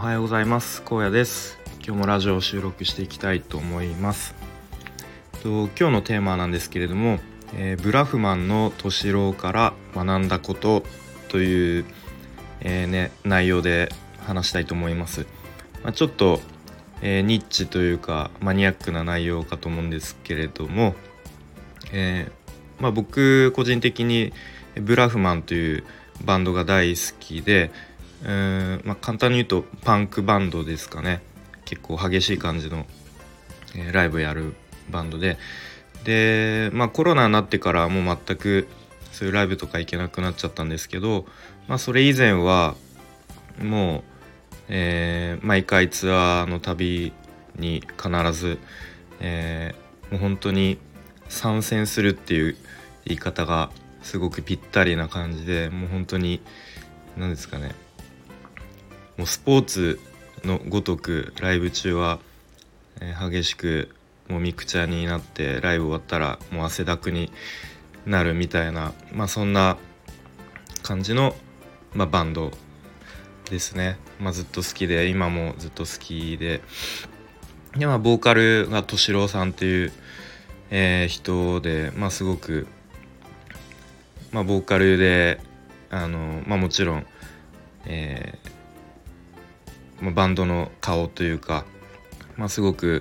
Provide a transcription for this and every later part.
はようございます。荒野です。今日もラジオを収録していきたいと思います。今日のテーマなんですけれども、ブラフマンの敏郎から学んだことという、内容で話したいと思います。ちょっと、ニッチというかマニアックな内容かと思うんですけれども、僕個人的にブラフマンというバンドが大好きで、簡単に言うとパンクバンドですかね。結構激しい感じの、ライブやるバンドで、コロナになってからもう全くそういうライブとか行けなくなっちゃったんですけど、それ以前はもう、毎回ツアーの旅に必ず、もう本当に参戦するっていう言い方がすごくぴったりな感じで、もう本当に何ですかね、もうスポーツのごとくライブ中は、激しくもうミクチャになって、ライブ終わったらもう汗だくになるみたいな、そんな感じの、バンドですね。ずっと好きで、今もずっと好きで、ボーカルが敏郎さんっていう、人で、すごく、ボーカルでもちろん、バンドの顔というか、すごく、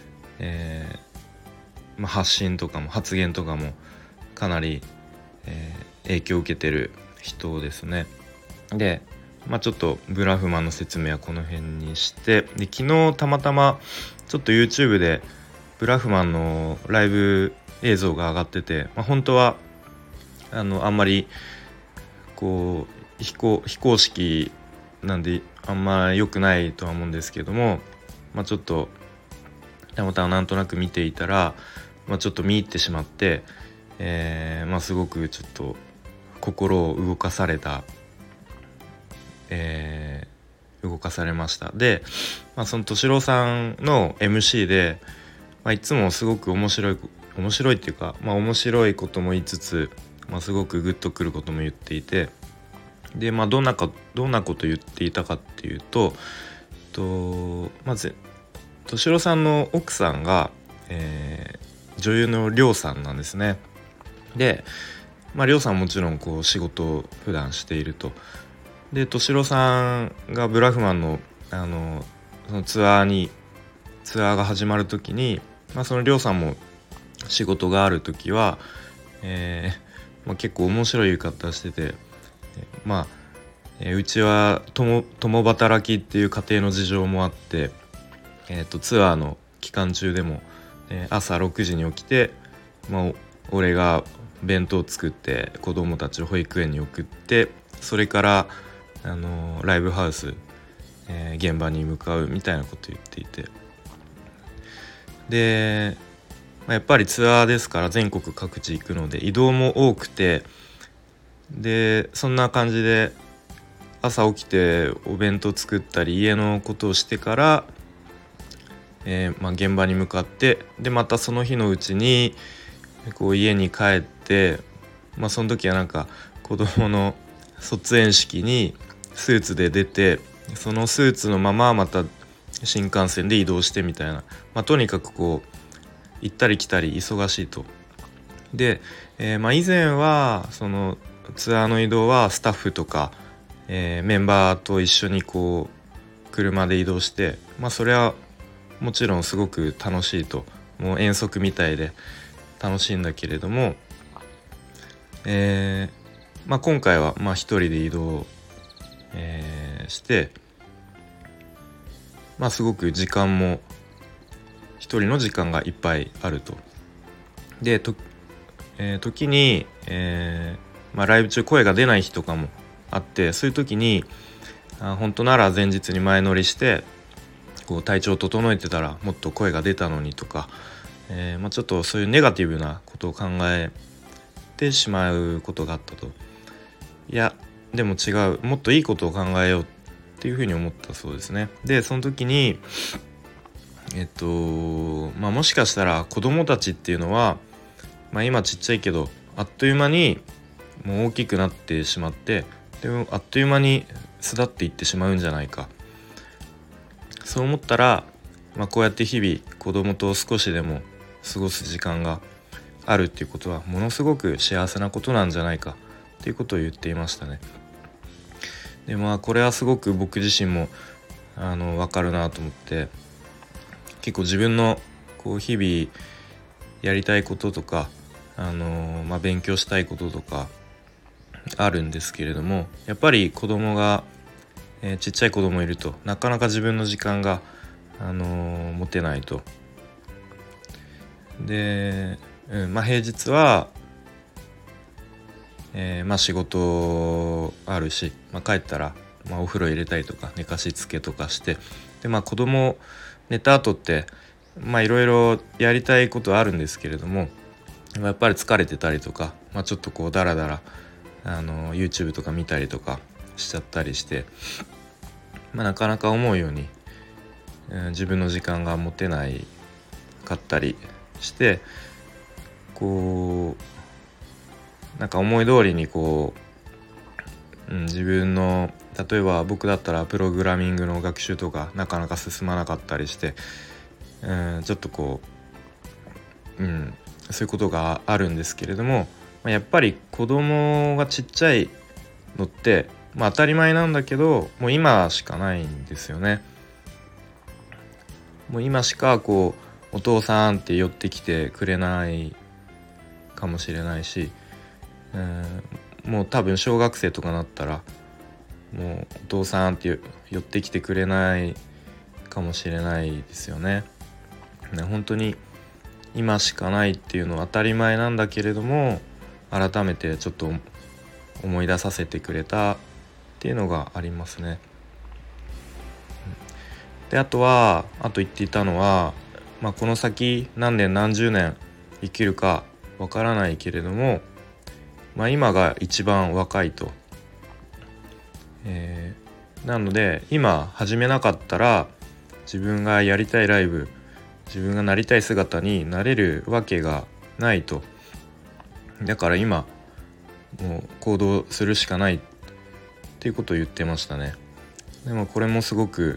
発信とかも発言とかもかなり、影響を受けてる人ですね。で、ちょっとブラフマンの説明はこの辺にして、で昨日たまたまちょっと YouTube でブラフマンのライブ映像が上がってて、本当はあんまりこう非公式なんであんま良くないとは思うんですけども、ちょっとたまたまなんとなく見ていたら、ちょっと見入ってしまって、すごくちょっと心を動かされました。で、その敏郎さんの MC で、いつもすごく面白いっていうか、面白いことも言いつつ、すごくグッとくることも言っていて、で、どんなこと言っていたかっていうと、まず敏郎さんの奥さんが、女優のりょうさんなんですね。で、りょうさんもちろんこう仕事を普段していると。で、敏郎さんがブラフマンのそのツアーが始まる時に、そのりょうさんも仕事がある時は、結構面白い言い方してて、うちは共働きっていう家庭の事情もあって、ツアーの期間中でも、朝6時に起きて、俺が弁当作って子供たちを保育園に送って、それからライブハウス、現場に向かうみたいなことを言っていて、で、やっぱりツアーですから全国各地行くので移動も多くて、でそんな感じで朝起きてお弁当作ったり家のことをしてから、現場に向かって、でまたその日のうちにこう家に帰って、その時はなんか子供の卒園式にスーツで出て、そのスーツのまままた新幹線で移動してみたいな、とにかくこう行ったり来たり忙しいと。で、以前はそのツアーの移動はスタッフとか、メンバーと一緒にこう車で移動して、それはもちろんすごく楽しいと、もう遠足みたいで楽しいんだけれども、今回は一人で移動、して、すごく時間も一人の時間がいっぱいあると。で時に、ライブ中声が出ない日とかもあって、そういう時に本当なら前日に前乗りしてこう体調を整えてたらもっと声が出たのにとか、ちょっとそういうネガティブなことを考えてしまうことがあったと。いやでも違う、もっといいことを考えようっていうふうに思ったそうですね。でその時にもしかしたら子供たちっていうのは、今ちっちゃいけどあっという間にもう大きくなってしまって、でもあっという間に巣立っていってしまうんじゃないか。 そう思ったら、こうやって日々子供と少しでも過ごす時間があるっていうことはものすごく幸せなことなんじゃないかっていうことを言っていましたね。でこれはすごく僕自身も分かるなと思って、結構自分の日々やりたいこととか、勉強したいこととかあるんですけれども、やっぱり子供が、ちっちゃい子供いるとなかなか自分の時間が、持てないと。で、平日は、仕事あるし、帰ったら、お風呂入れたりとか寝かしつけとかして、で子供寝た後っていろいろやりたいことあるんですけれども、やっぱり疲れてたりとか、ちょっとダラダラYouTube とか見たりとかしちゃったりして、なかなか思うように、自分の時間が持てないかったりして、なんか思い通りに自分の、例えば僕だったらプログラミングの学習とかなかなか進まなかったりして、ちょっとそういうことがあるんですけれども、やっぱり子供がちっちゃいのって、当たり前なんだけど、もう今しかないんですよね。もう今しかお父さんって寄ってきてくれないかもしれないし、もう多分小学生とかなったらもうお父さんって寄ってきてくれないかもしれないですよね。本当に今しかないっていうのは当たり前なんだけれども、改めてちょっと思い出させてくれたっていうのがありますね。であと言っていたのは、この先何年何十年生きるかわからないけれども、今が一番若いと、なので今始めなかったら自分がやりたいライブ、自分がなりたい姿になれるわけがないと。だから今もう行動するしかないっていうことを言ってましたね。でもこれもすごく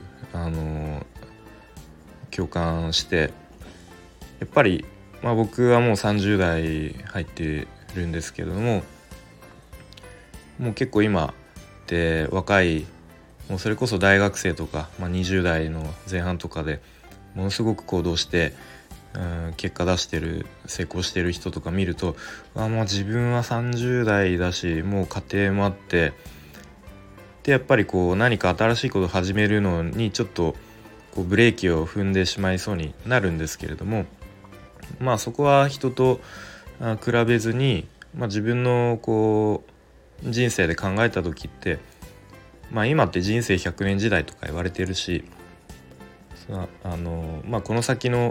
共感して、やっぱり僕はもう30代入ってるんですけれども、もう結構今って若い、もうそれこそ大学生とか、20代の前半とかでものすごく行動して、結果出してる、成功してる人とか見ると、もう自分は30代だし、もう家庭もあって、でやっぱり何か新しいことを始めるのにちょっとブレーキを踏んでしまいそうになるんですけれども、そこは人と比べずに、自分の人生で考えた時って、今って人生100年時代とか言われてるし、この先の、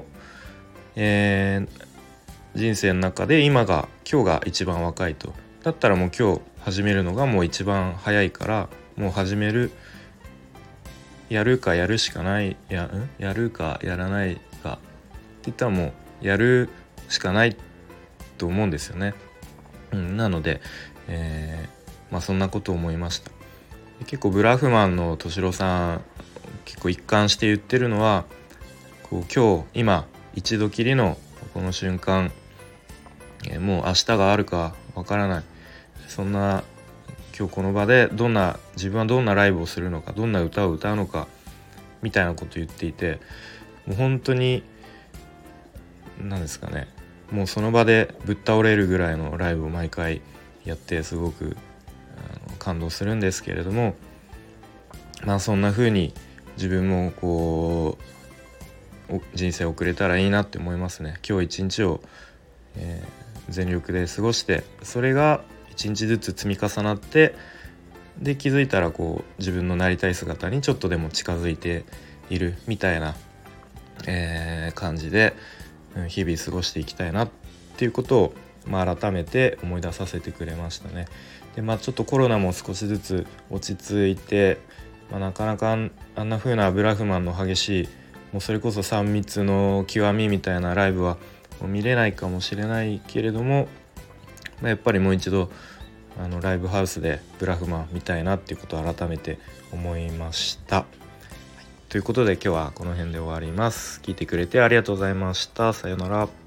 人生の中で今が一番若いと。だったらもう今日始めるのがもう一番早いから、もう始める、やるかやるしかない、やるかやらないかって言ったらもうやるしかないと思うんですよね。なので、そんなことを思いました。結構ブラフマンの敏郎さん結構一貫して言ってるのは、今日今一度きりのこの瞬間、もう明日があるかわからない、そんな今日この場で自分はどんなライブをするのか、どんな歌を歌うのかみたいなことを言っていて、もう本当に何ですかね、もうその場でぶっ倒れるぐらいのライブを毎回やって、すごく感動するんですけれども、そんな風に自分も人生を送れたらいいなって思いますね。今日一日を、全力で過ごして、それが一日ずつ積み重なって、で気づいたら自分のなりたい姿にちょっとでも近づいているみたいな、感じで日々過ごしていきたいなっていうことを、改めて思い出させてくれましたね。でちょっとコロナも少しずつ落ち着いて、なかなかあんな風なブラフマンの激しい、もうそれこそ3密の極みみたいなライブはもう見れないかもしれないけれども、やっぱりもう一度ライブハウスでブラフマン見たいなっていうことを改めて思いました。 ということで今日はこの辺で終わります。聞いてくれてありがとうございました。さようなら。